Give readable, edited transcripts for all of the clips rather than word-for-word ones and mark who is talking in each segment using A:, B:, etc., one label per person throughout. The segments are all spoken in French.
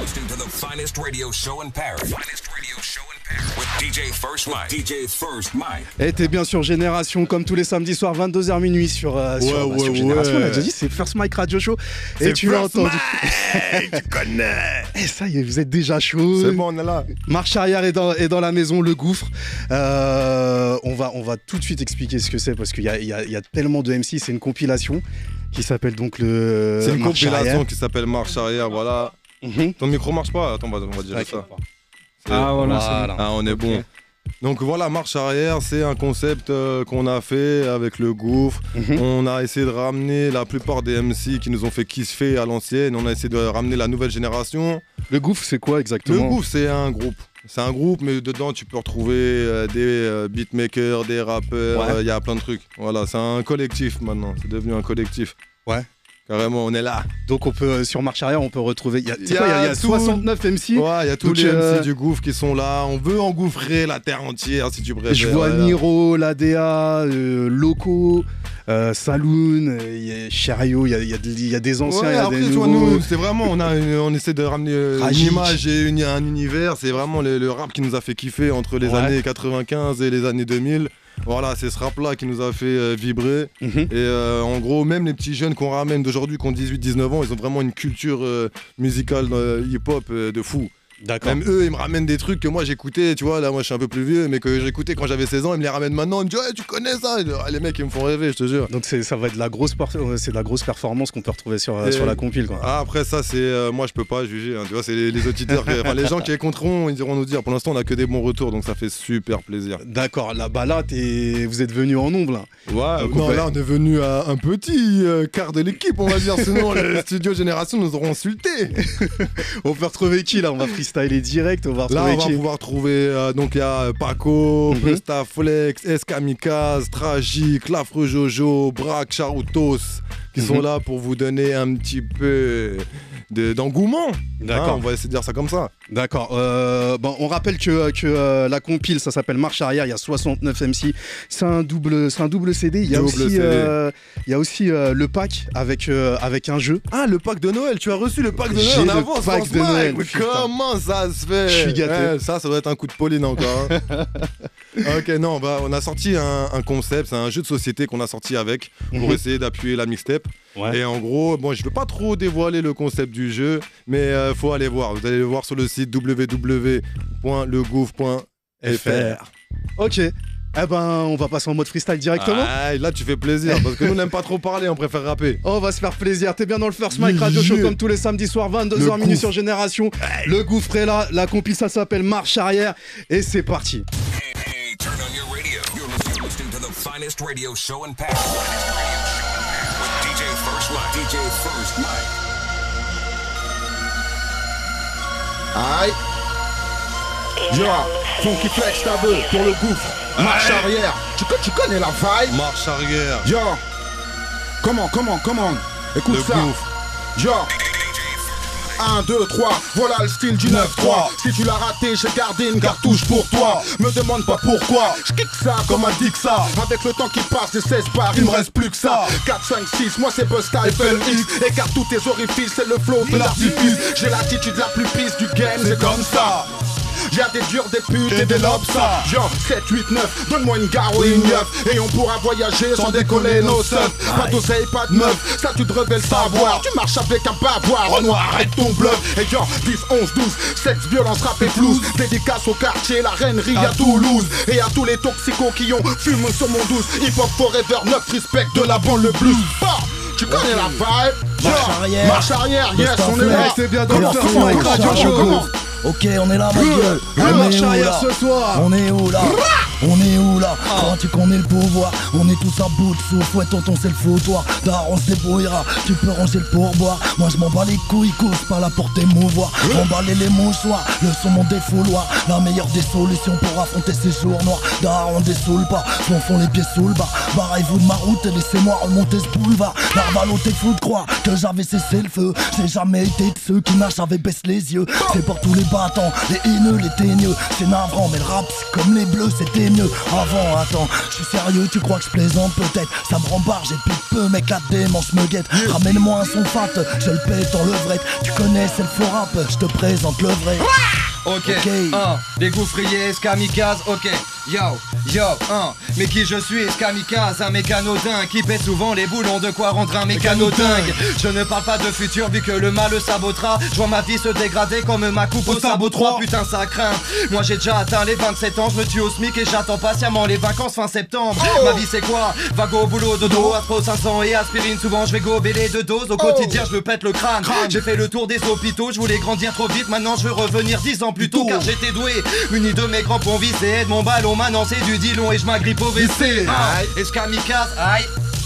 A: listening to the finest radio show in Paris. Finest radio show in Paris with DJ First Mike. DJ First Mike.
B: Et t'es bien sur Génération, comme tous les samedis soirs, 22h minuit sur Génération. On a déjà dit, c'est First Mike Radio Show. Et tu l'as entendu.
C: Tu connais.
B: Et ça y est, vous êtes déjà chaud.
C: C'est bon, on est là.
B: Marche arrière est dans la maison, le gouffre. On va tout de suite expliquer ce que c'est parce qu'il y a tellement de MC. C'est une compilation qui s'appelle donc le.
C: C'est une
B: Marche
C: compilation
B: arrière.
C: qui s'appelle Marche arrière, voilà. Ton micro marche pas? Attends, on va dire ça.
B: Ah voilà.
C: Ah, on est bon. Donc voilà, Marche arrière, c'est un concept qu'on a fait avec le gouffre. On a essayé de ramener la plupart des MC qui nous ont fait kiffer à l'ancienne. On a essayé de ramener la nouvelle génération.
B: Le gouffre, c'est quoi exactement?
C: Le gouffre, c'est un groupe. C'est un groupe, mais dedans, tu peux retrouver des beatmakers, des rappeurs, y a plein de trucs. Voilà, c'est un collectif maintenant. C'est devenu un collectif.
B: Ouais.
C: Carrément, on est là.
B: Donc on peut sur Marche arrière, on peut retrouver. Il y a 69 MC.
C: Ouais, il y a tous
B: donc,
C: les MC du gouffre qui sont là. On veut engouffrer la terre entière, si tu préfères.
B: Je vois Niro, l'ADA, Loco, Saloon, Cherio. Il y a des anciens, il y a
C: après,
B: des
C: toi,
B: nouveaux.
C: nous, c'est vraiment, on essaie de ramener une image et un univers. C'est vraiment le rap qui nous a fait kiffer entre les années 95 et les années 2000. Voilà, c'est ce rap-là qui nous a fait vibrer. Et en gros, même les petits jeunes qu'on ramène d'aujourd'hui, qui ont 18-19 ans, ils ont vraiment une culture musicale hip-hop de fou.
B: D'accord.
C: Même eux, ils me ramènent des trucs que moi j'écoutais, tu vois, là moi je suis un peu plus vieux, mais que j'écoutais quand j'avais 16 ans, ils me les ramènent maintenant, ils me disent ouais, tu connais ça? Les mecs, ils me font rêver, je te jure.
B: Donc ça va être de la grosse performance qu'on peut retrouver sur la compile, quoi.
C: Ah, après ça, c'est moi je peux pas juger, hein, tu vois, c'est les auditeurs, les gens qui écouteront, ils iront nous dire. Pour l'instant, on a que des bons retours, donc ça fait super plaisir.
B: D'accord, là vous êtes venus en nombre là.
C: Ouais, non, là on est venu à un petit quart de l'équipe, on va dire, sinon le studio Génération nous auront insultés.
B: On peut retrouver qui là? On va freestyler direct, on va retrouver
C: là, on va pouvoir trouver, donc il y a Paco, Presta Flex, Eskamikaze, Tragique, L'Affreux Jojo, Braque, Charoutos, qui sont là pour vous donner un petit peu d'engouement.
B: D'accord.
C: On va essayer de dire ça comme ça.
B: D'accord. On rappelle que la compile, ça s'appelle Marche arrière. Il y a 69 MC. C'est un double CD. Il y a aussi le pack avec un jeu.
C: Ah, le pack de Noël. Tu as reçu le pack de Noël en avance.
B: Le pack de Noël.
C: Comment ça se fait?
B: Je suis gâté.
C: Ça doit être un coup de Pauline encore. Hein. Ok, non, on a sorti un concept. C'est un jeu de société qu'on a sorti avec pour essayer d'appuyer la mixtape. Ouais. Et en gros, je veux pas trop dévoiler le concept du jeu, mais faut aller voir. Vous allez le voir sur le site www.legouffre.fr.
B: Ok. On va passer en mode freestyle directement.
C: Ah, là tu fais plaisir parce que nous on n'aime pas trop parler, on préfère rapper.
B: On va se faire plaisir. T'es bien dans le First Mike Radio Show comme tous les samedis soirs, 22h minuit sur Génération. Le gouffre est là, la compil ça s'appelle Marche arrière et c'est parti.
A: Hey, turn on your radio. You're listening to the finest radio show in Paris. With DJ First Mike. DJ First Mike.
D: Aïe. Yo, Funky Flex ta beuh pour le gouffre. Marche arrière. Tu connais la vibe?
C: Marche arrière.
D: Yo. Comment? Écoute
C: le
D: ça.
C: Gouffre.
D: Yo. 1, 2, 3, voilà le style du 9-3. Si tu l'as raté, j'ai gardé une cartouche pour toi. Me demande pas pourquoi, je kick ça comme un dick ça. Avec le temps qui passe des 16 bars, il me reste plus que ça. 4, 5, 6, moi c'est Busta FLX. Écarte tous tes orifices, c'est le flow de l'artifice. J'ai l'attitude la plus pisse du game, c'est comme ça. Y'a des durs, des putes et des lobes ça. Yo, 7, 8, 9, donne-moi une gare ou une meuf. Et on pourra voyager sans décoller nos seufs. Pas d'oseille, pas de meuf, ça tu devrais le savoir. Tu marches avec un bavoir, Renoir, arrête ton bluff. Et yo, 10, 11, 12, sexe, violence, rap et flouze. Dédicace au quartier, la reinerie à Toulouse. Et à tous les toxicos qui ont fumé sur mon douce. Hip-hop forever, 9 respect de la bande le blues. Tu connais la vibe? Marche arrière, yes, on est là.
B: C'est bien dans le First Mike Radio Show.
E: Ok, on est là, ma gueule.
B: Marche arrière ce soir.
E: On est où là? On est où là? Crois-tu qu'on est le pouvoir? On est tous à bout de souffle, ouais tonton c'est le foutoir. Daron se débrouillera, tu peux ranger le pourboire. Moi je m'en bats les couilles, cause pas là pour t'émouvoir. Emballer les mouchoirs, le son mon défouloir. La meilleure des solutions pour affronter ces jours noirs. Daron dessoule pas, font les pieds sous le bas. Barrez-vous de ma route et laissez-moi remonter ce boulevard. Narvalo t'es fou de croire que j'avais cessé le feu. J'ai jamais été de ceux qui nagent avec baisse les yeux. C'est pour tous les battants, les haineux, les teigneux. C'est navrant mais le rap c'est comme les bleus, c'était c'était mieux avant. Attends, je suis sérieux, tu crois que je plaisante peut-être? Ça me rembarre, j'ai depuis peu, mec, la démence me guette. Ramène-moi un son fat, je le pète en levrette. Tu connais, c'est le faux rap, je te présente le vrai.
F: Ok, des gouffriers, kamikaze, ok. Yo, mais qui je suis, kamikaze, un mécano dingue qui pète souvent les boulons, de quoi rendre un mécano dingue. Je ne parle pas de futur vu que le mal le sabotera. Je vois ma vie se dégrader comme ma coupe au sabot 3, putain ça craint. Moi j'ai déjà atteint les 27 ans, je me tue au SMIC et j'attends patiemment les vacances fin septembre. Ma vie c'est quoi? Vago, boulot, dodo, Aspro 500 et aspirine, souvent je vais gober les 2 doses. Au quotidien je me pète le crâne. J'ai fait le tour des hôpitaux, je voulais grandir trop vite, maintenant je veux revenir 10 ans plus tôt. Car j'étais doué, muni de mes grands ponts vissés, de mon ballon, maintenant c'est du dilon et je m'agrippe au WC. Eskamikaze, aïe.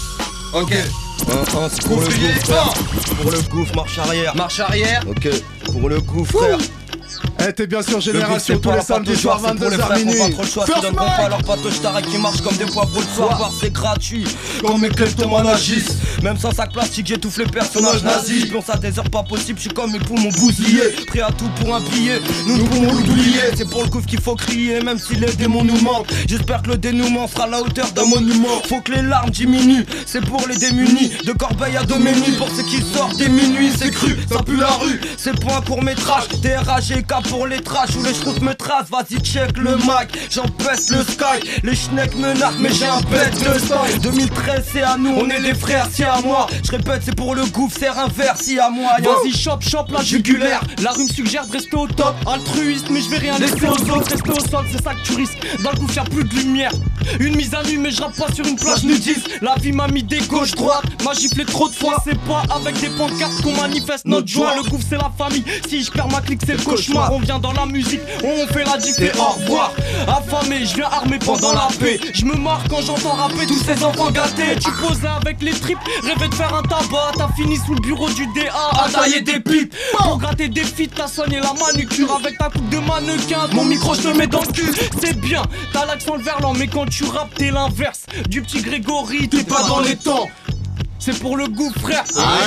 F: Ok.
G: C'est pour le gouffre, pour le gouffre, marche arrière.
F: Marche arrière.
G: Ok, pour le gouffre, frère.
B: T'es bien sûr Génération tous les samedis soirs 22h minuit.
G: Pas trop le choix, qui donneront pas leur patoche tarek qui marche comme des poivrons le soir. Voir c'est gratuit, comme mes kleptomans agissent. Même sans sac plastique j'étouffe les personnages nazis. Je pense à des heures pas possibles, je suis comme mes poumons bousillés. Prêt à tout pour un billet, nous ne pouvons l'oublier. C'est pour le coup qu'il faut crier, même si les démons nous mentent. J'espère que le dénouement sera à la hauteur d'un monument. Faut que les larmes diminuent, c'est pour les démunis. De Corbeil à Doménie, pour ceux qui sortent des minuits. C'est cru, ça pue la rue, c'est pour un court métrage. TRAGK pour les trash où les schroutes me tracent. Vas-y check le mic, j'empeste le sky. Les schnecks me narquent mais j'ai un bête de style. 2013 c'est à nous, on est les frères, c'est à moi. Je répète c'est pour le gouffre, c'est inverse, si à moi.
H: Vas-y chope la jugulaire. La rue me suggère de rester au top. Altruiste mais je vais rien laisser aux autres. Rester au sol c'est ça que tu risques. Dans le gouffre y'a plus de lumière. Une mise à nu mais je rappe pas sur une plage nudiste. La vie m'a mis des gauches droites, m'a giflé trop de fois. C'est pas avec des pancartes qu'on manifeste notre joie. Le gouffre c'est la famille, si je perds ma clique c'est le cauchemar. On vient dans la musique, on fait la diff et au revoir. Affamé, je viens armé pendant la paix. Je me marre quand j'entends rapper tous ces enfants gâtés. Tu posais avec les tripes, rêvais de faire un tabac. T'as fini sous le bureau du DA à tailler des pipes. Pour gratter des feats, t'as soigné la manucure avec ta coupe de mannequin. Mon micro je te mets dans le cul. C'est bien, t'as l'accent le verlan, mais quand tu rappes t'es l'inverse. Du petit Grégory, t'es pas dans les temps. C'est pour le gouffre frère.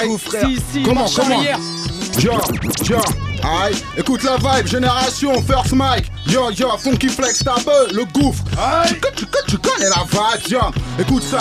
H: Si,
D: comment
H: arrière.
D: Aïe, écoute la vibe, Génération, first mic. Yo, funky flex, ta beuh, le gouffre. Tu connais la vibe, yo. Écoute ça,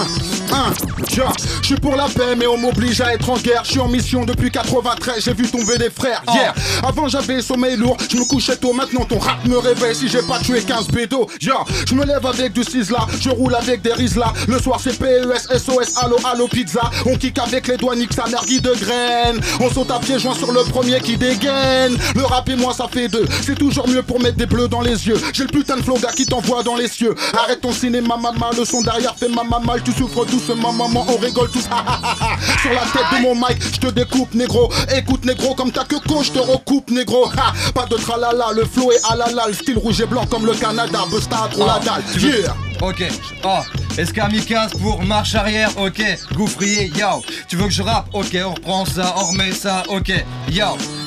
D: yo. Je suis pour la paix, mais on m'oblige à être en guerre. Je suis en mission depuis 93, j'ai vu tomber des frères hier. Avant j'avais sommeil lourd, je me couchais tôt. Maintenant ton rap me réveille si j'ai pas tué 15 bédos. Yo, je me lève avec du Sizzla, je roule avec des Rizla. Le soir c'est PES, SOS, allo pizza. On kick avec les doigts, nique sa mère Guy de graines. On saute à pieds joints sur le premier qui dégaine. Le rap et moi ça fait deux, c'est toujours mieux pour mettre des bleus dans les yeux. J'ai le putain de flow gars qui t'envoie dans les cieux. Arrête ton cinéma maman, le son derrière fait maman mal. Tu souffres doucement maman, on rigole tous. Sur la tête de mon mic, je te découpe négro. Écoute négro, comme ta queue je te recoupe négro. Pas de tralala, le flow est alala. Le style rouge et blanc comme le Canada. Busta trop la dalle, yeah.
F: Ok, Eskamikaze pour marche arrière, ok. Gouffrier, yo. Tu veux que je rappe, ok, on reprend ça, on remet ça, ok. Yo.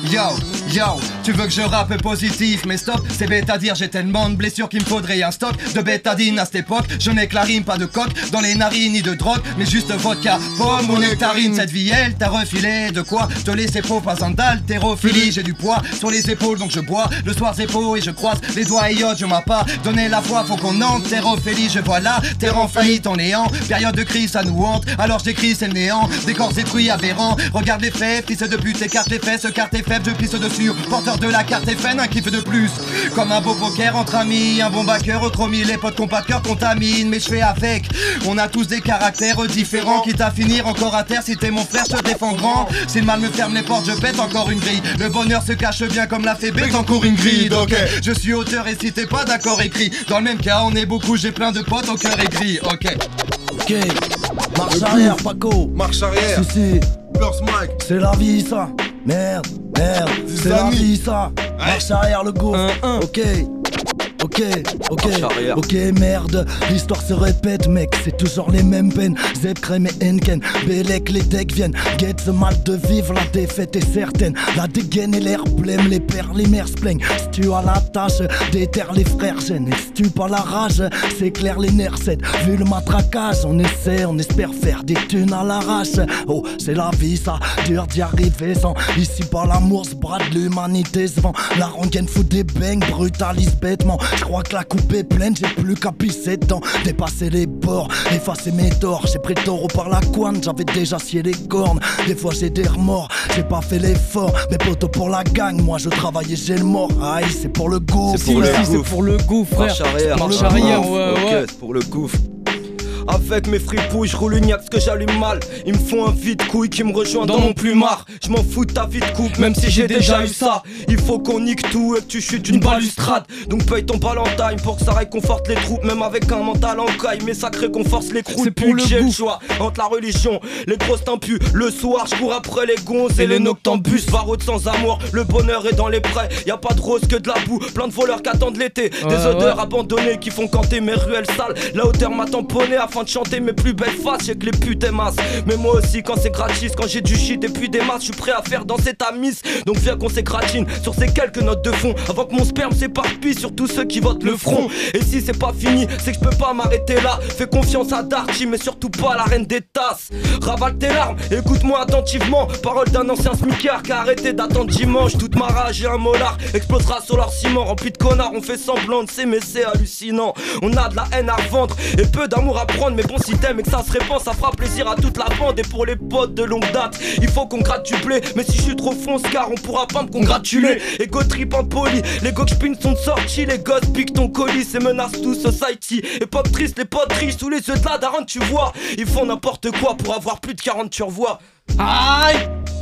F: Tu veux que je rappe positif, mais stop, c'est bête à dire, j'ai tellement de blessures qu'il me faudrait un stock de bétadine à cette époque. Je n'ai que la rime, pas de coque dans les narines ni de drogue, mais juste vodka, pomme ou nectarine. Cette vie, elle t'a refilé de quoi te laisser faux, pas un d'haltérophilie. J'ai du poids sur les épaules, donc je bois le soir zépo et je croise les doigts et je m'as pas donné la foi, faut qu'on enterre Ophélie. Je vois là, terre en faillite, en néant. Période de crise, ça nous hante. Alors je décris, c'est le néant. Des corps détruits, aberrants. Regarde les faits, fils de pute, écarte les fesses, carte et faible, je pisse dessus. Porteur de la carte FN, un kiff de plus. Comme un beau poker entre amis, un bon backer, chromie, les potes compas de cœur contaminent. Mais je fais avec. On a tous des caractères différents. Quitte à finir encore à terre, si t'es mon frère, je te défends grand. Si le mal me ferme les portes, je pète encore une grille. Le bonheur se cache bien comme la fée, encore une grille. Ok, je suis auteur et si t'es pas d'accord, écrit. Dans le même cas, on est beaucoup, j'ai plein de potes au cœur aigri, ok.
E: Marche arrière, Paco.
C: Marche arrière.
E: Si.
C: First mic.
E: C'est la vie ça. Merde. C'est la vie ça. Marche arrière le gouffre. Ok, merde, l'histoire se répète, mec, c'est toujours les mêmes peines. Zeb, Crème et Henken, Bélec, les decks viennent. Get ce mal de vivre, la défaite est certaine. La dégaine et l'air blême, les pères, les mères se plaignent. Si tu as la tâche, déterre les frères gênent. tue par la rage. C'est clair les nerfs cèdent, vu le matraquage. On essaie, on espère faire des thunes à l'arrache. Oh c'est la vie ça, dur d'y arriver sans. Ici par l'amour se brade l'humanité se vend. La rengaine fout des beignes, brutalise bêtement. Je crois que la coupe est pleine, j'ai plus qu'à pisser dedans. Dépasser les bords, effacer mes torts. J'ai pris le taureau par la couenne, j'avais déjà scié les cornes. Des fois j'ai des remords, j'ai pas fait l'effort. Mes potos pour la gang, moi je travaille et j'ai le mort. Aïe c'est pour le gouffre.
G: C'est pour le gouffre, frère.
H: Marche arrière, ouais.
G: C'est pour le gouffre. Avec mes fripouilles, je roule une yax que j'allume mal. Ils me font un vide-couille qui me rejoint dans mon plumard. Je m'en fous de ta vie de coupe, même si j'ai déjà eu ça. Il faut qu'on nique tout et que tu chutes d'une balustrade. Donc paye ton Valentine pour que ça réconforte les troupes. Même avec un mental en caille, mais ça réconforte les croûtes.
H: C'est pour le
G: j'ai
H: goût.
G: le choix entre la religion, les grosses t'impus. Le soir, je cours après les gonzes et les noctambus. Varode sans amour, le bonheur est dans les prés. Y'a pas de rose que de la boue, plein de voleurs qui attendent l'été. Des odeurs abandonnées qui font canter mes ruelles sales. La hauteur m'a tamponné afin de chanter mes plus belles faces, j'ai que les putes masses. Mais moi aussi quand c'est gratis, quand j'ai du shit et puis des masses, je suis prêt à faire danser ta miss. Donc viens qu'on s'écratine sur ces quelques notes de fond, avant que mon sperme s'éparpille sur tous ceux qui votent le front. Et si c'est pas fini, c'est que je peux pas m'arrêter là. Fais confiance à Darky, mais surtout pas à la reine des tasses. Ravale tes larmes, écoute-moi attentivement. Parole d'un ancien smicard qui a arrêté d'attendre dimanche. Toute ma rage et un molar explosera sur leur ciment. Rempli de connards, on fait semblant de s'aimer, c'est hallucinant. On a de la haine à revendre et peu d'amour à prendre. Mais bon, si t'aimes et que ça se répand, ça fera plaisir à toute la bande. Et pour les potes de longue date, il faut qu'on gratte du blé. Mais si je suis trop fonce car on pourra pas me congratuler. Ego trip impoli, les gokspins sont sortis. Les gosses piquent ton colis et menacent tout society. Et pop triste, les potes riches sous les yeux de la daronne, tu vois. Ils font n'importe quoi pour avoir plus de 40 turvois.
H: Aïe.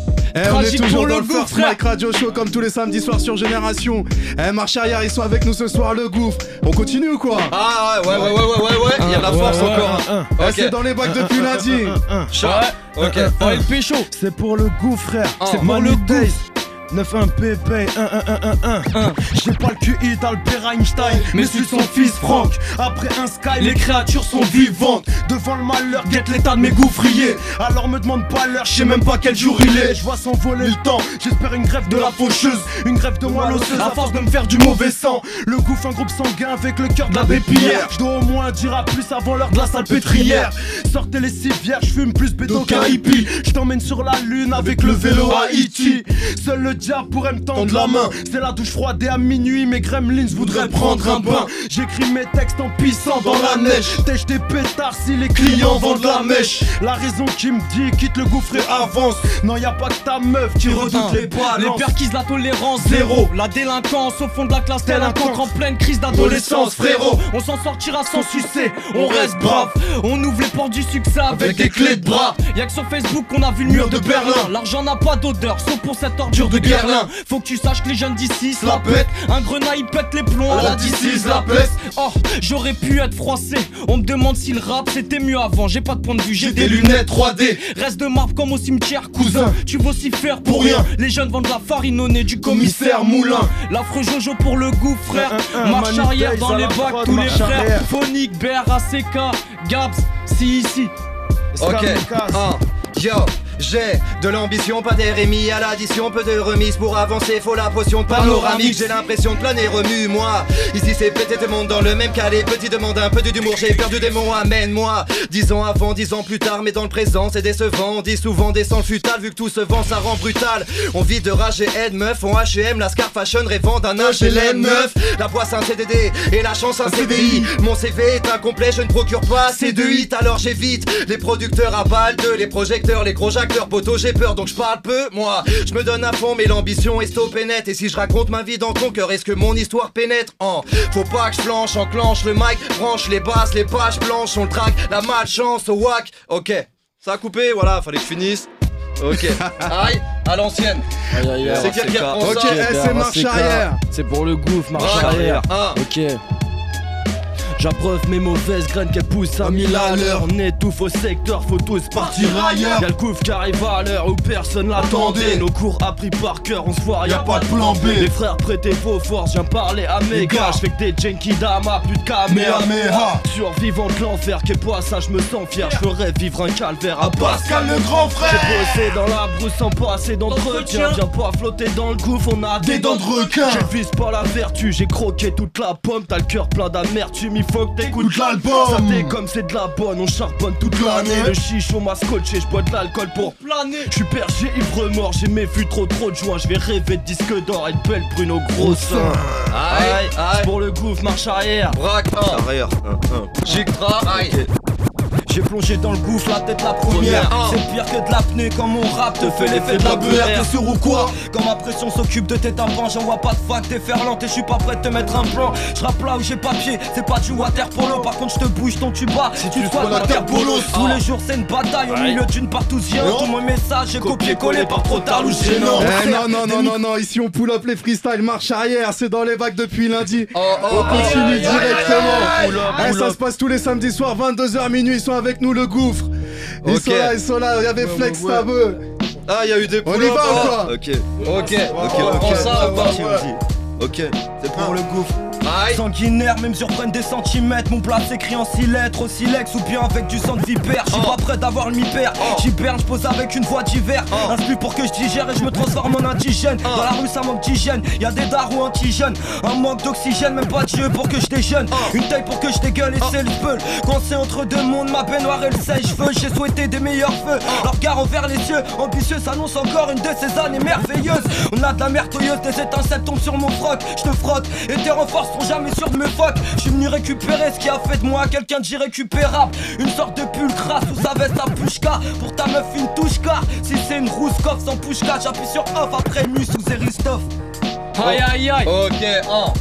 B: On est toujours dans le First Mike Radio Show comme tous les samedis soirs sur Génération. Marche arrière, ils sont avec nous ce soir, le gouffre. On continue ou quoi?
G: Ah ouais, il y a de la force encore.
B: C'est dans les bacs depuis lundi.
G: Ok.
H: Ouais, le pécho.
E: C'est pour le gouffre frère.
H: C'est pour le gouffre.
E: 9-1 PP 1-1-1-1-1. J'ai pas le QI d'Albert Einstein, mais suis son fils Franck. Après un sky, les créatures sont vivantes. Devant le malheur, guette l'état de mes gouffriers. Alors me demande pas l'heure, je sais même pas quel jour il est. Je vois s'envoler le temps, j'espère une grève de la faucheuse. Une grève de moelle osseuse, à force de me faire du mauvais sang. Le gouffre, un groupe sanguin avec le cœur de l'abbé Pierre. Je dois au moins dire à plus avant l'heure de la salpêtrière. Sortez les civières, je fume plus béton qu'un hippie. Je t'emmène sur la lune avec le vélo à Haïti. Seul le diable pourrait me tendre la main. C'est la douche froide et à minuit mes gremlins voudraient prendre un bain. J'écris mes textes en pissant dans la neige. Tèche des pétards si les clients vendent la mèche. La raison qui me dit quitte le gouffre et avance. Non y'a pas que ta meuf qui redoute les balances.
H: Les perquises, la tolérance zéro. La délinquance au fond de la classe tel un cancre en pleine crise d'adolescence. Frérot, on s'en sortira sans succès. On reste brave, on ouvre les portes du succès avec des clés de bras. Y'a que sur Facebook qu'on a vu le mur de Berlin. L'argent n'a pas d'odeur sauf pour cette ordure de Guerlain. Faut que tu saches que les jeunes d'ici se la pètent. Un grenaille pète les plombs à la d'ici la peste. Oh, j'aurais pu être froissé. On me demande si le rap c'était mieux avant. J'ai pas de point de vue, j'ai des lunettes 3D. Reste de marbre comme au cimetière, cousin. Tu veux aussi faire pour rien. Les jeunes vendent la farine au nez du commissaire Moulin. L'affreux Jojo pour le goût, frère. Marche arrière dans les bacs, tous les frères. Phonique, BR, ACK, Gabs, si.
F: Ok, yo. J'ai de l'ambition, pas des RMI à l'addition, peu de remise pour avancer, faut la potion panoramique. J'ai l'impression de planer remue, moi. Ici c'est pété, tout le monde dans le même cas. Les petits demandent un peu d'humour, j'ai peur du démon, amène-moi. 10 ans avant, 10 ans plus tard, mais dans le présent c'est décevant. On dit souvent descend futal, vu que tout se vend, ça rend brutal. On vit de rage et haine, meuf, on H&M, la Scar Fashion, rêvant d'un HLM neuf. La poisse un CDD et la chance un CDI. Mon CV est incomplet, je ne procure pas assez de hits, alors j'évite les producteurs à balles, les projecteurs, les gros jacques. Poteau, j'ai peur donc je parle peu, moi je me donne à fond mais l'ambition est stoppée net. Et si je raconte ma vie dans ton cœur, est-ce que mon histoire pénètre en faut pas que je flanche, enclenche le mic, branche les basses, les pages blanches, on le track, la malchance au whack. Ok, ça a coupé, voilà, fallait que je finisse. Ok, aïe, à l'ancienne. C'est quelqu'un qui
B: ok, c'est marche arrière.
H: C'est pour le gouffre, marche arrière.
G: Ok. J'abreuve mes mauvaises graines qu'elles poussent à 1000 à l'heure. On étouffe au secteur, faut tous partir ailleurs. Y'a le gouffre qui arrive à l'heure où personne l'attendait. Nos cours appris par cœur, on se voit, y'a pas de plan B. Les frères prêtez vos forces, viens parler à mes gars. J'fais que des Genki Dama, plus de Kamehameha. Survivant de l'enfer, qu'est pas ça, j'me sens fier. J'ferais vivre un calvaire à Pascal le grand frère. J'ai bossé dans la brousse sans passer d'entretien. Viens pas flotter dans le gouffre, on a des dents de requin. Je vise pas la vertu, j'ai croqué toute la pomme. T'as le cœur plein d'amertume, il faut que t'écoutes l'album. Ça t'est comme c'est de la bonne, on charbonne toute l'année. Le chichon m'a scotché, j'bois de l'alcool pour planer. J'suis perché, ivre mort, j'ai mes vues trop de joints. J'vais rêver de disque d'or et de belles brunes au gros sein. Aïe, aïe, pour le gouffre, marche arrière. Braque, arrière, J'écrase, aïe. J'ai plongé dans le gouffre, la tête la première. C'est pire que de l'apnée quand mon rap te fait l'effet de la BR. T'es sûr ou quoi? Quand ma pression s'occupe de tes tympans, j'envoie pas de fac, t'es ferlante et je suis pas prêt de te mettre un plan. J'rappe là où j'ai pas pied, c'est pas du water polo. Par contre j'te bouge ton tuba, si tu sois la terre bolos. Tous les jours c'est une bataille au milieu d'une partouzienne. Tout mon message est copié-collé par trop tard ou gênant.
B: Non, ici on pull up les freestyle, marche arrière, c'est dans les vagues depuis lundi. On continue directement. Ça se passe tous les samedis soirs, 22h minuit, ils sont avec nous le gouffre. Ils sont là, il y avait Flex Tabeux.
G: Ah, il y a eu des
B: on y va ou quoi?
G: Ok, on prend ça, on partit. Ok, c'est pour le gouffre. Sanguinaire, même surprennent des centimètres. Mon plat s'écrit en 6 lettres, au silex ou bien avec du sang de vipère. J'suis pas prêt d'avoir le mi-père. J'hiberne, j'pose avec une voix d'hiver. Inspire pour que je digère et je me transforme en indigène. Dans la rue ça manque d'hygiène, y'a des darons anti-jeunes. Un manque d'oxygène, même pas Dieu pour que je déjeune. Une taille pour que je dégueule et c'est le feu. Coincé entre deux mondes, ma baignoire et le sèche-feu. J'ai souhaité des meilleurs feux, leur regard envers les cieux. Ambitieux s'annonce encore une de ces années merveilleuses. On a de la merveilleuse, des étincelles tombent sur mon froc. J'te frotte et tes renforts seront jamais sûrs de me fuck. J'suis venu récupérer ce qui a fait de moi quelqu'un d'irrécupérable. Une sorte de pull crasse sous sa veste à pushka. Pour ta meuf une touche car si c'est une rousse-coff sans pushka, j'appuie sur off après nu sous Eristoff.
H: Aïe.
G: Ok,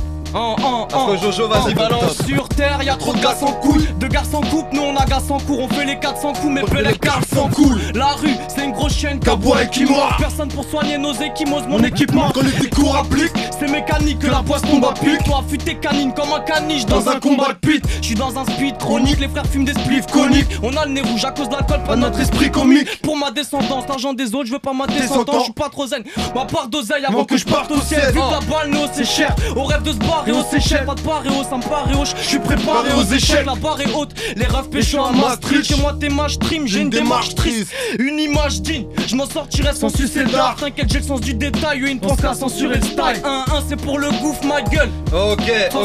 G: Jojo, vas-y, balance.
H: Sur terre, y'a trop de gars sans couilles. De gars sans coupe, nous on a gars sans cours. On fait les 400 coups, mais peu les cartes sans cool. La rue, c'est une grosse chaîne,
E: Cabois et Kimoa.
H: Personne pour soigner nos échymoses, mon équipement.
E: Quand les cours appliquent,
H: c'est mécanique que la poisse tombe à pic. Toi, affûte tes canines comme un caniche dans un combat de pute. J'suis dans un speed chronique, les frères fument des spliffs coniques. On a le nez rouge à cause de l'alcool, pas notre esprit comique. Pour ma descendance, l'argent des autres, je veux pas ma descendance. J'suis pas trop zen, ma part d'oseille avant que je parte au ciel. Vu que la balle, néo c'est cher. Au rêve de se barrer au Seychelles. Paréo, ça me paréo, j'suis préparé aux échecs. La barre est haute, les rêves péchants à Maastricht. Chez moi t'es ma stream, j'ai une démarche triste. Une image digne, je m'en sortirai sans sucer d'art. T'inquiète, j'ai le sens du détail, une pense qu'à censurer le style. 1-1 c'est pour le gouffre, ma gueule.
G: Ok
H: 75-0-20.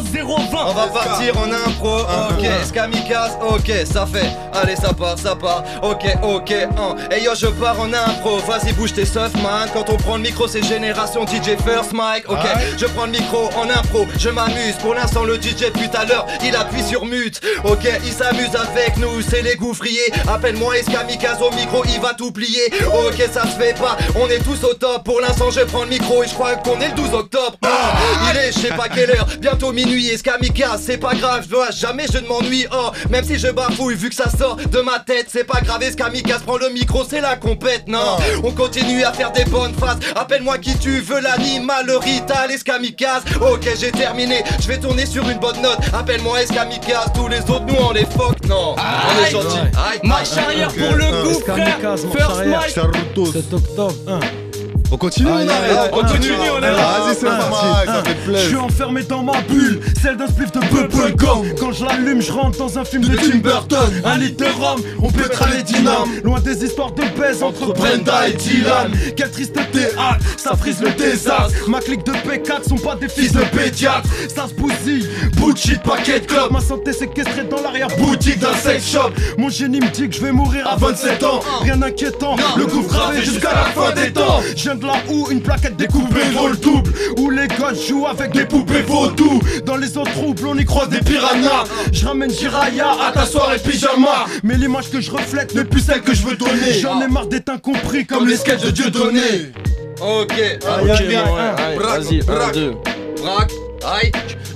G: On va partir en impro, ok, Skamikaze, ok, ça fait, allez ça part, ok, hey yo je pars en impro, vas-y bouge tes stuff man. Quand on prend le micro c'est génération DJ First Mike, ok, je prends le micro en impro, je m'amuse. Pour l'instant le DJ depuis tout à l'heure il appuie sur mute. Ok il s'amuse avec nous, c'est les gouffriers. Appelle-moi Skamikaze au micro, il va tout plier. Ok ça se fait pas, on est tous au top. Pour l'instant je prends le micro et je crois qu'on est le 12 octobre. Il est je sais pas quelle heure, bientôt minuit. Skamikaze c'est pas grave, jamais je ne m'ennuie. Même si je bafouille vu que ça sort de ma tête, c'est pas grave. Skamikaze prend le micro, c'est la compète. Non, on continue à faire des bonnes phases. Appelle-moi qui tu veux, l'animal, le rital, Skamikaze. Ok j'ai terminé, je vais tourner sur une bonne note. Appelle-moi Skamikaze, tous les autres nous on les fuck. Non, on est gentil.
H: Marche arrière pour le gouffre, frère. First Mike.
E: 7 octobre.
B: On continue, on arrête.
H: On continue, on est là.
B: Vas-y, c'est parti.
E: Ça fait plaisir. Je suis enfermé dans ma bulle, celle d'un spliff de bubblegum. Quand je l'allume, je rentre dans un film de Tim Burton. Un litre de rhum, on pètera les dynams. Loin des histoires de baise entre Brenda et Dylan. Quel triste théâtre, ça frise le désastre. Ma clique de P4 sont pas des fils de pédiatre. Ça se bousille, bout de shit, paquet de club. Ma santé séquestrée dans l'arrière-boutique d'un sex shop. Mon génie me dit que je vais mourir à 27 ans. Rien d'inquiétant, le coup gravé jusqu'à la fin des temps. De là où une plaquette découpée vaut le double, où les gosses jouent avec des poupées vaudou. Dans les autres troubles on y croise des piranhas. Je ramène Jiraya à ta soirée pyjama. Mais l'image que je reflète n'est plus celle que je veux donner. J'en ai marre d'être incompris comme les sketchs de Dieudonné.
G: Ok,
H: vas-y, 1, 2.
G: Braque, aïe.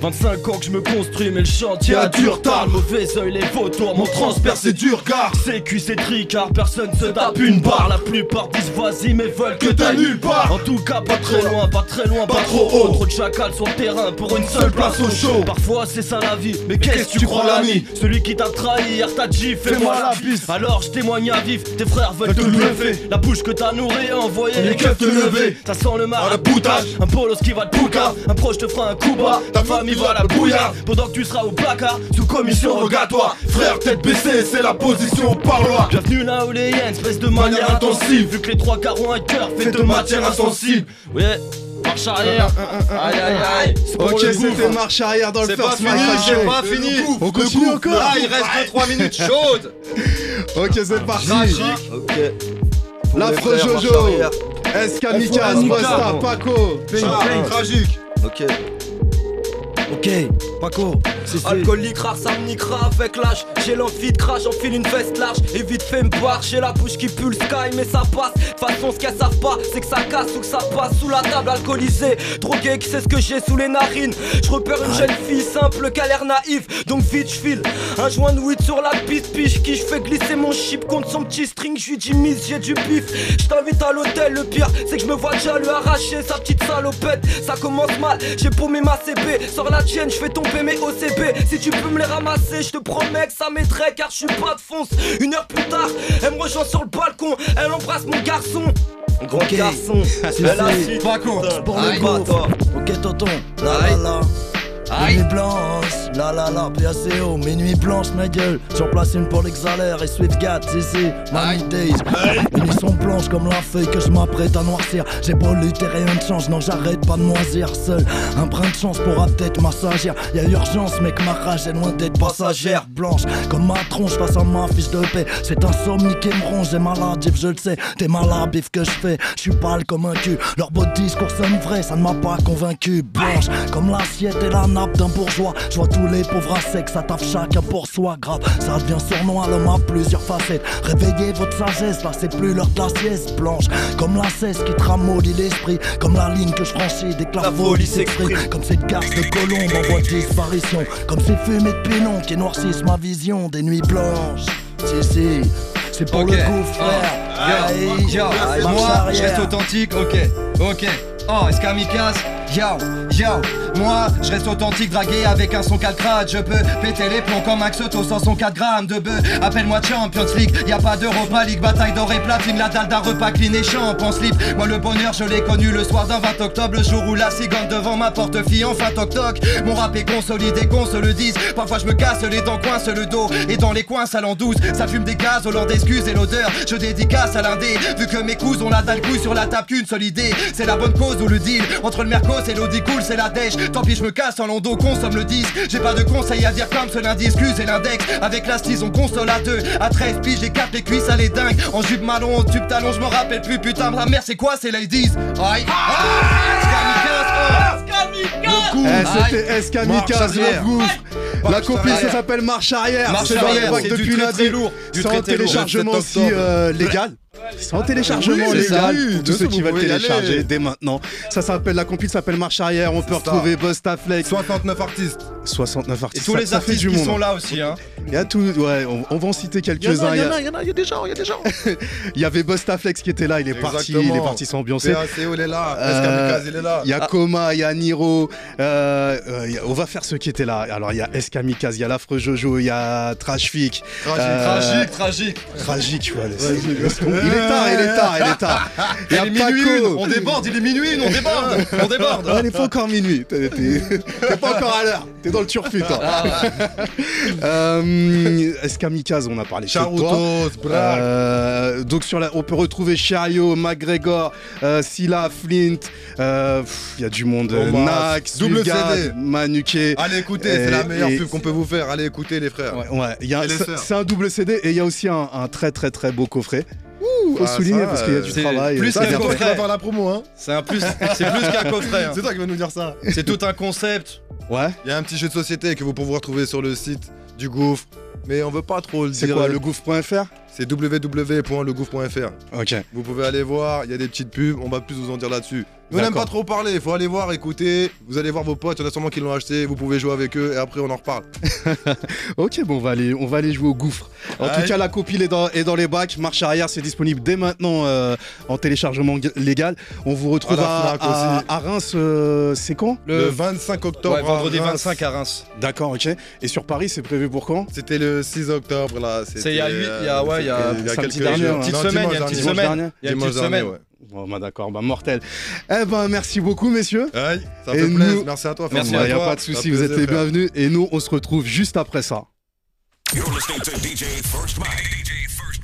G: 25 ans que je me construis, mais le chantier a du retard. Mauvais oeil, les vautours m'ont transpercé du regard. CQ c'est tricard, personne se tape une barre. La plupart disent vas-y, mais veulent que t'as nulle part. En tout cas, pas très loin, pas trop haut. Trop de chacals sur le terrain pour une seule place au show. Parfois c'est ça la vie, mais qu'est-ce que tu crois l'ami? Celui qui t'a trahi hier t'a dit fais-moi la bise. Alors je témoigne à vif, tes frères veulent te lever. La bouche que t'as nourrie a envoyé les keufs te lever. Ça sent le maraboutage, un polos qui va te bouca. Un proche te fera un coup bas, ta famille va la bouillarde. Pendant que tu seras au placard, sous commission rogatoire. Frère tête baissée, c'est la position au parloir. Bienvenue là où les hyènes, espèce de manière intensive. Vu que les trois quarts ont un cœur fait de matière insensible. Ouais, marche arrière. Aïe aïe aïe.
B: Ok, c'était marche arrière dans le first match.
I: C'est pas fini.
B: On continue encore.
I: Ah, il reste 2-3 minutes chaudes.
B: Ok, c'est parti.
G: Ok.
B: L'affreux Jojo, SK Mikaz, Bosta, Paco.
I: Tragique.
G: Ok, Paco, alcoolique, rare, ça me niquera avec l'âge. J'ai l'envie de crash, j'enfile une veste large. Et vite fait me barre, j'ai la bouche qui pue le sky, mais ça passe. De toute façon, ce qu'elles savent pas, c'est que ça casse ou que ça passe sous la table alcoolisée. Drogué, qui sait ce que j'ai sous les narines. Je repère une jeune fille simple qui a l'air naïve. Donc vite, je file un joint de weed sur la piste. Piche qui je fais glisser mon chip contre son petit string. Je lui dis mise, j'ai du bif. Je t'invite à l'hôtel, le pire, c'est que je me vois déjà lui arracher sa petite salopette. Ça commence mal, j'ai paumé ma CP. Sors la tienne, je fais tomber mes OCP. Si tu peux me les ramasser, je te promets que ça m'aiderait car je suis pas de fonce. Une heure plus tard, elle me rejoint sur le balcon. Elle embrasse mon garçon. Gros garçon, elle a
H: Paco.
G: pour le gouffre. Ok tonton, la Minuit blanche, la, PACO, minuit blanche ma gueule. J'en place une pour l'exalaire et Swiftgat, si, Mamie Days. Une sont blanches comme la feuille que je m'apprête à noircir. J'ai beau lutter, rien ne change, non j'arrête pas de moisir. Seul, un brin de chance pourra peut-être m'assagir. Y'a urgence mec, ma rage est loin d'être passagère. Blanche comme ma tronche face à ma fiche de paix. C'est insomnie qui me ronge, j'ai maladif, je le sais. T'es malade, bif que je fais, je suis pâle comme un cul. Leur beau discours sonne vrai, ça ne m'a pas convaincu. Blanche comme l'assiette et la nappe d'un bourgeois. Je vois tous les pauvres à sec, ça taffe chacun pour soi. Grave, ça devient sournois, l'homme a plusieurs facettes. Réveillez votre sagesse, là c'est plus l'heure de la sieste. Blanche comme la cesse qui tramodit l'esprit. Comme la ligne que je franchis dès que la folie s'exprime. Comme cette garce de colombe en voie de disparition. Comme ces fumées de pénon qui noircissent ma vision. Des nuits blanches, si, c'est pour le coup frère.
F: Moi je reste authentique, ok. Oh, SK Mikaz, yo, moi je reste authentique, dragué avec un son 4 grades. Je peux péter les plombs comme un Xoto sans son 4 grammes de bœuf. Appelle-moi Champions League, y'a pas d'Europa League. Bataille d'or et platine, la dalle d'un repas clean et champ en slip. Moi le bonheur je l'ai connu le soir d'un 20 octobre. Le jour où la cigogne devant ma porte-fille enfin toc-toc. Mon rap est consolidé, qu'on se le dise. Parfois je me casse les dents, coince le dos. Et dans les coins ça l'endouce, ça fume des gaz au lent d'excuses et l'odeur. Je dédicace à l'indé, vu que mes couses ont la dalle couille sur la table qu'une seule idée. C'est la bonne cause ou le deal, entre le mercos et l'audi cool c'est la dèche. Tant pis je me casse en londo, consomme le disque. J'ai pas de conseils à dire comme ce lundi, excuse et l'index. Avec la stise on console à 2, à 13 piges j'ai capte les cuisses à les dingues. En jupe malon, tube talon, je me rappelle plus. Putain ma mère c'est quoi, c'est ladies. Aïe.
B: C'était SK Mikaz, le gouffre. La compil ça s'appelle Marche Arrière. C'est dans les bacs depuis lundi. C'est en téléchargement aussi légal. C'est en téléchargement légal pour tous ceux qui veulent télécharger dès maintenant. Ça s'appelle, la compil s'appelle Marche Arrière. On peut retrouver Bosta Flex.
C: 69 artistes.
B: 69 artistes.
F: Et tous les artistes qui sont là aussi hein.
B: Il y a tout, ouais, on va en citer quelques-uns.
C: Il y a des gens.
B: Il y avait Bosta Flex qui était là, il est parti s'ambiancer.
C: PACO il est là, SK Mikaz il est là.
B: Il y a Coma, il y a Niro. On va faire ceux qui étaient là. Alors il y a SK Mikaz, il y a l'Affreux Jojo, il y a Trashfik.
F: Tragique.
B: Ouais, il est tard. Il y a Paco.
F: On déborde, il est minuit, on déborde.
B: Il n'est pas encore minuit. T'es pas encore à l'heure. T'es dans le turfu, toi. SK Mikaz, on a parlé.
C: Charutos,
B: donc on peut retrouver Chario, McGregor, Silla, Flint. Il y a du monde. Nax,
C: double CD,
B: Manuké.
C: Allez écouter, c'est la meilleure pub qu'on peut vous faire. Allez écouter les frères.
B: Ouais. C'est un double CD et il y a aussi un très très très beau coffret. Faut souligner parce qu'il y a du travail.
F: Plus qu'un coffret.
C: Tu vas faire la promo hein.
F: C'est plus qu'un coffret.
C: C'est toi qui vas nous dire ça.
F: C'est tout un concept.
B: Ouais.
C: Il y a un petit jeu de société que vous pouvez retrouver sur le site du Gouffre. Mais on veut pas trop le dire.
B: C'est quoi, legouffre.fr?
C: C'est www.legouffre.fr.
B: Ok.
C: Vous pouvez aller voir, il y a des petites pubs, on va plus vous en dire là-dessus. Nous on n'aime
B: D'accord.
C: pas trop parler, il faut aller voir, écouter, vous allez voir vos potes, il y en a sûrement qui l'ont acheté, vous pouvez jouer avec eux et après on en reparle.
B: Ok, bon, on va aller jouer au gouffre. En tout cas, la compile est dans les bacs. Marche arrière, c'est disponible dès maintenant en téléchargement légal. On vous retrouve à Reims, c'est quand?
C: Le 25 octobre.
F: Ouais, vendredi
C: à Reims.
F: 25 à Reims.
B: D'accord, ok. Et sur Paris, c'est prévu pour quand?
C: C'était le 6 octobre là.
F: C'est il y a
B: samedi dernier,
F: une petite semaine, il y a une petite semaine. Il y a une petite semaine.
C: Ouais.
B: Bon, bah d'accord, bah mortel. Eh ben, merci beaucoup, messieurs.
C: Aïe, ça fait
B: Et
C: plaisir.
B: nous-
C: Merci à toi.
F: Merci
C: François.
F: à
B: Il n'y a
F: toi.
B: pas de souci, vous êtes les bienvenus. Et nous, on se retrouve juste après ça.
A: You're listening to DJ First Mike. DJ First